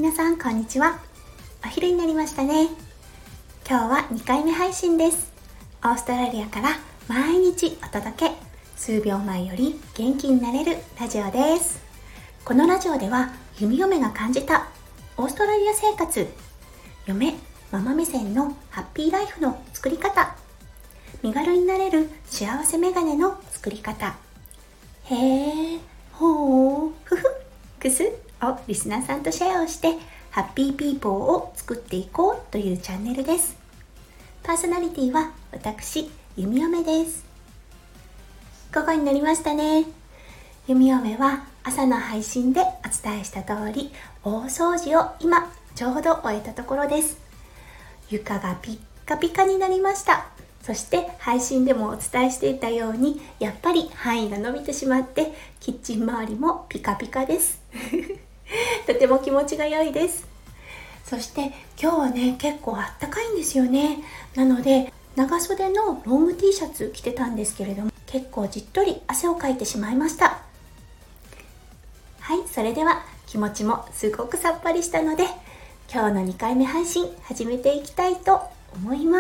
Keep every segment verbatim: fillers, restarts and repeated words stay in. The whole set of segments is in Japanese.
皆さんこんにちは。お昼になりましたね。今日はにかいめ配信です。オーストラリアから毎日お届け、数秒前より元気になれるラジオです。このラジオでは弓嫁が感じたオーストラリア生活、嫁ママ目線のハッピーライフの作り方、身軽になれる幸せメガネの作り方、へーほーふふくすをリスナーさんとシェアをしてハッピーピーポーを作っていこうというチャンネルです。パーソナリティは私弓嫁です。午後になりましたね。弓嫁は朝の配信でお伝えした通り大掃除を今ちょうど終えたところです。床がピッカピカになりました。そして配信でもお伝えしていたようにやっぱり範囲が伸びてしまってキッチン周りもピカピカですとても気持ちが良いです。そして今日はね結構あったかいんですよね。なので長袖のロング T シャツ着てたんですけれども、結構じっとり汗をかいてしまいました。はい、それでは気持ちもすごくさっぱりしたので今日のにかいめ配信始めていきたいと思います。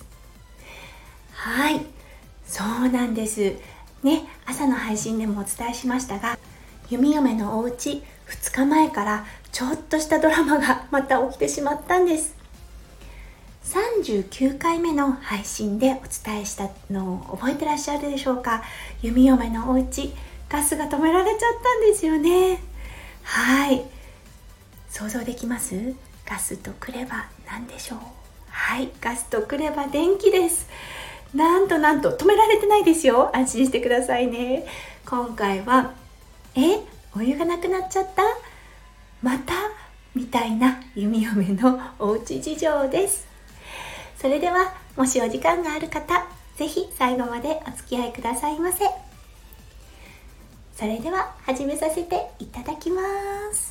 はい、そうなんですね。朝の配信でもお伝えしましたが、弓嫁のお家ふつかまえからちょっとしたドラマがまた起きてしまったんです。さんじゅうきゅうかいめの配信でお伝えしたのを覚えてらっしゃるでしょうか。弓嫁のお家ガスが止められちゃったんですよね。はい、想像できます？ガスとくれば何でしょう？はい、ガスとくれば電気です。なんとなんと止められてないですよ。安心してくださいね。今回はえお湯がなくなっちゃった？また？みたいな弓嫁のおうち事情です。それではもしお時間がある方、ぜひ最後までお付き合いくださいませ。それでは始めさせていただきます。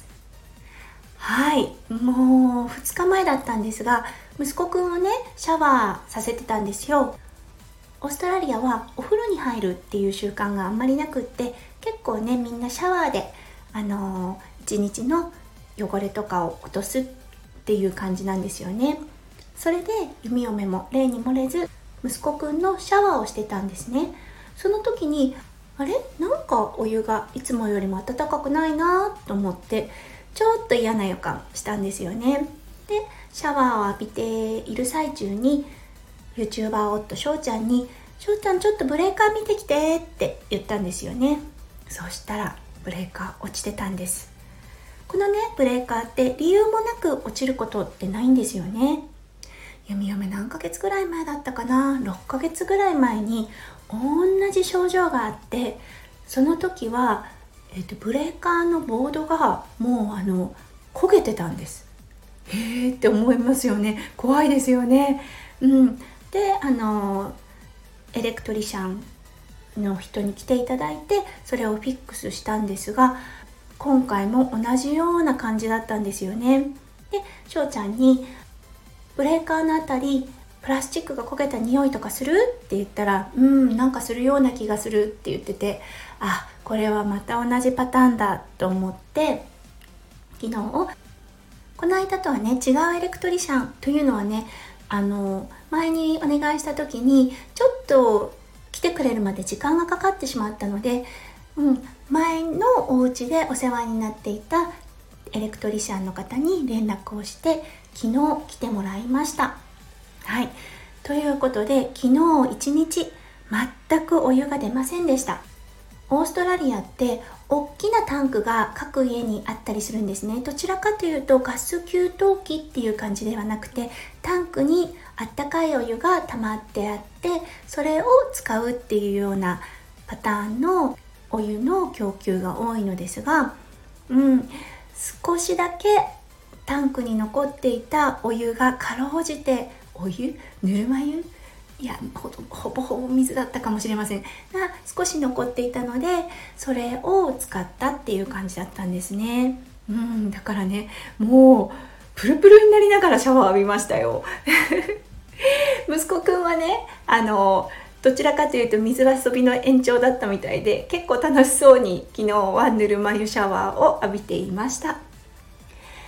はい、もうふつかまえだったんですが、息子くんをねシャワーさせてたんですよ。オーストラリアはお風呂に入るっていう習慣があんまりなくって、結構ねみんなシャワーであのー、一日の汚れとかを落とすっていう感じなんですよね。それで弓嫁も例に漏れず息子くんのシャワーをしてたんですね。その時にあれなんかお湯がいつもよりも温かくないなと思ってちょっと嫌な予感したんですよね。でシャワーを浴びている最中にYouTuber 夫翔ちゃんに翔ちゃんちょっとブレーカー見てきてって言ったんですよね。そしたらブレーカー落ちてたんです。このねブレーカーって理由もなく落ちることってないんですよね。弓嫁何ヶ月ぐらい前だったかな、ろっかげつぐらい前に同じ症状があって、その時は、えーと、ブレーカーのボードがもうあの焦げてたんです。へーって思いますよね。怖いですよね。うんであのエレクトリシャンの人に来ていただいてそれをフィックスしたんですが、今回も同じような感じだったんですよね。で翔ちゃんにブレーカーのあたりプラスチックが焦げた匂いとかするって言ったら、うんなんかするような気がするって言ってて、あこれはまた同じパターンだと思って昨日この間とはね違うエレクトリシャンというのはねあの前にお願いした時にちょっと来てくれるまで時間がかかってしまったので、うん、前のお家でお世話になっていたエレクトリシャンの方に連絡をして昨日来てもらいました。はい、ということで昨日一日全くお湯が出ませんでした。オーストラリアって大きなタンクが各家にあったりするんですね。どちらかというとガス給湯器っていう感じではなくて、タンクにあったかいお湯が溜まってあってそれを使うっていうようなパターンのお湯の供給が多いのですが、うん少しだけタンクに残っていたお湯がかろうじてお湯ぬるま湯いや ほ, ほぼほぼ水だったかもしれませんが少し残っていたのでそれを使ったっていう感じだったんですね。うんだからねもうプルプルになりながらシャワー浴びましたよ息子くんはねあのどちらかというと水遊びの延長だったみたいで結構楽しそうに昨日はぬるま湯シャワーを浴びていました。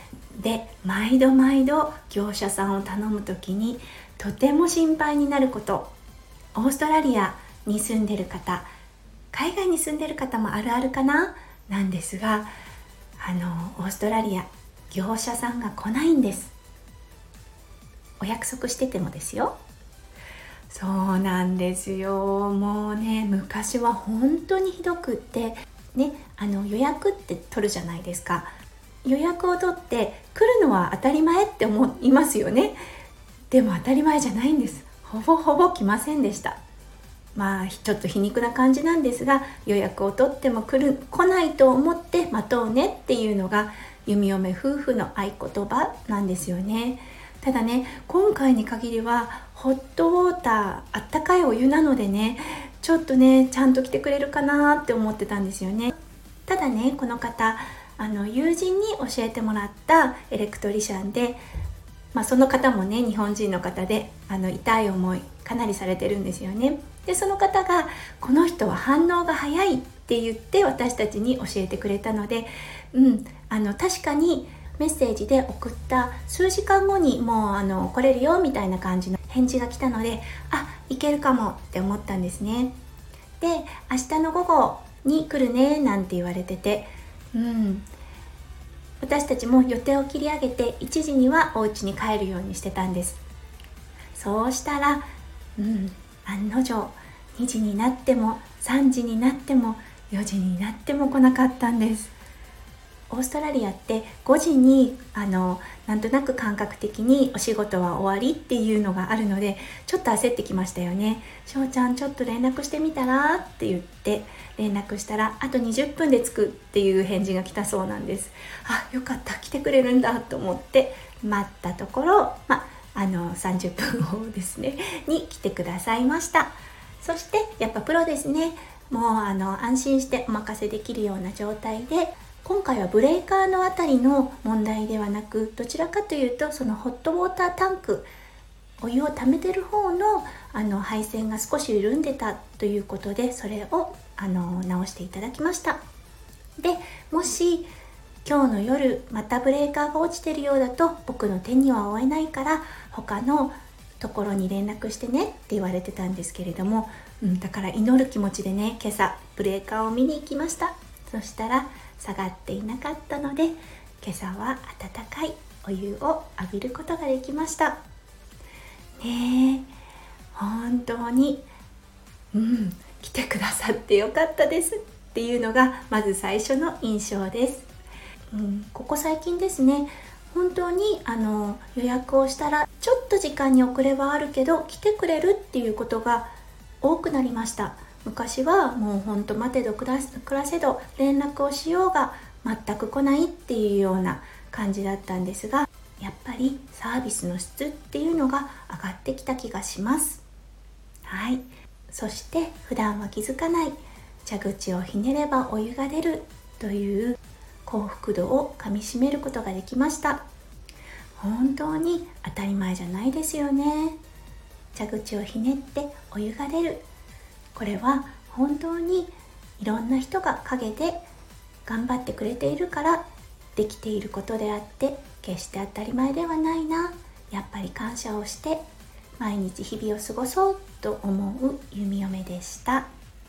で、毎度毎度業者さんを頼むときにとても心配になること、オーストラリアに住んでる方、海外に住んでる方もあるあるかななんですが、あのオーストラリア業者さんが来ないんです。お約束しててもですよ。そうなんですよ。もうね、昔は本当にひどくってね、あの予約って取るじゃないですか。予約を取って来るのは当たり前って思いますよね。でも当たり前じゃないんです。ほぼほぼ来ませんでした。まあちょっと皮肉な感じなんですが、予約を取っても来る来ないと思って待とうねっていうのが弓嫁夫婦の合言葉なんですよね。ただね、今回に限りはホットウォーター、あったかいお湯なのでね、ちょっとねちゃんと来てくれるかなって思ってたんですよね。ただね、この方あの友人に教えてもらったエレクトリシャンで、まあ、その方もね日本人の方で、あの痛い思いかなりされてるんですよね。でその方がこの人は反応が早いって言って私たちに教えてくれたので、うん、あの確かにメッセージで送った数時間後にもうあの来れるよみたいな感じの返事が来たので、あ、いけるかもって思ったんですね。で、明日の午後に来るねなんて言われてて、うん、私たちも予定を切り上げていちじにはお家に帰るようにしてたんです。そうしたら、うん、案の定にじになってもさんじになってもよじになっても来なかったんです。オーストラリアってごじにあのなんとなく感覚的にお仕事は終わりっていうのがあるので、ちょっと焦ってきましたよね。しょうちゃんちょっと連絡してみたらって言って連絡したら、あとにじゅっぷんで着くっていう返事が来たそうなんです。あ、よかった、来てくれるんだと思って待ったところ、まあのさんじゅっぷんごですねに来てくださいました。そしてやっぱプロですね。もうあの安心してお任せできるような状態で、今回はブレーカーのあたりの問題ではなく、どちらかというとそのホットウォータータンク、お湯を溜めてる方のあの配線が少し緩んでたということで、それをあの直していただきました。で、もし今日の夜またブレーカーが落ちてるようだと僕の手には負えないから他のところに連絡してねって言われてたんですけれども、うん、だから祈る気持ちでね、今朝ブレーカーを見に行きました。そしたら下がっていなかったので、今朝は温かいお湯を浴びることができましたね。え本当に、うん、来てくださってよかったですっていうのがまず最初の印象です。うん、ここ最近ですね、本当にあの予約をしたらちょっと時間に遅れはあるけど来てくれるっていうことが多くなりました。昔はもうほんと待てど暮らせど連絡をしようが全く来ないっていうような感じだったんですが、やっぱりサービスの質っていうのが上がってきた気がします。はい。そして普段は気づかない蛇口をひねればお湯が出るという幸福度をかみしめることができました。本当に当たり前じゃないですよね。蛇口をひねってお湯が出る、これは本当にいろんな人が陰で頑張ってくれているからできていることであって、決して当たり前ではないな、やっぱり感謝をして毎日日々を過ごそうと思う弓嫁でした。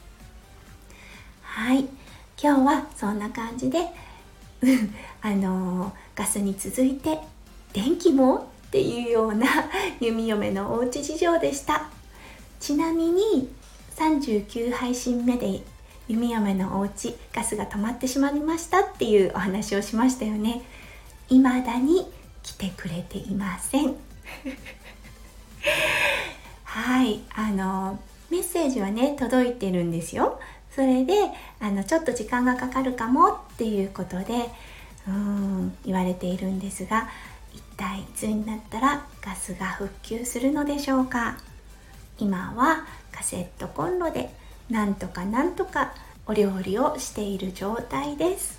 はい、今日はそんな感じであのガスに続いて電気もっていうような弓嫁のおうち事情でした。ちなみにさんじゅうきゅう配信目で弓嫁のおうちガスが止まってしまいましたっていうお話をしましたよね。未だに来てくれていませんはい、あのメッセージはね届いてるんですよ。それであのちょっと時間がかかるかもっていうことでうーん言われているんですが、一体いつになったらガスが復旧するのでしょうか。今はカセットコンロでなんとかなんとかお料理をしている状態です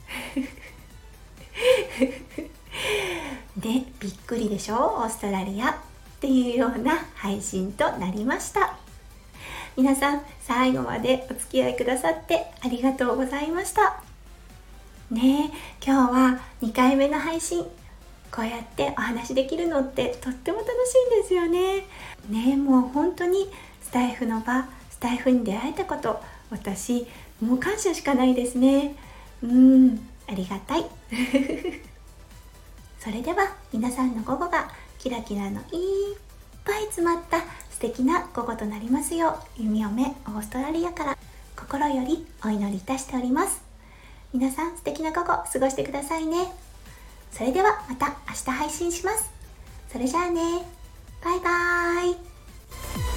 で、びっくりでしょ、オーストラリアっていうような配信となりました。皆さん最後までお付き合いくださってありがとうございましたね。え今日はにかいめの配信、 こうやってお話できるのってとっても楽しいんですよね。ね、もう本当にスタイフの場、スタイフに出会えたこと、私もう感謝しかないですね。うん、ありがたい。それでは皆さんの午後がキラキラのいっぱい詰まった素敵な午後となりますよう、弓嫁オーストラリアから心よりお祈りいたしております。皆さん素敵な午後過ごしてくださいね。それではまた明日配信します。それじゃあね、バイバーイ。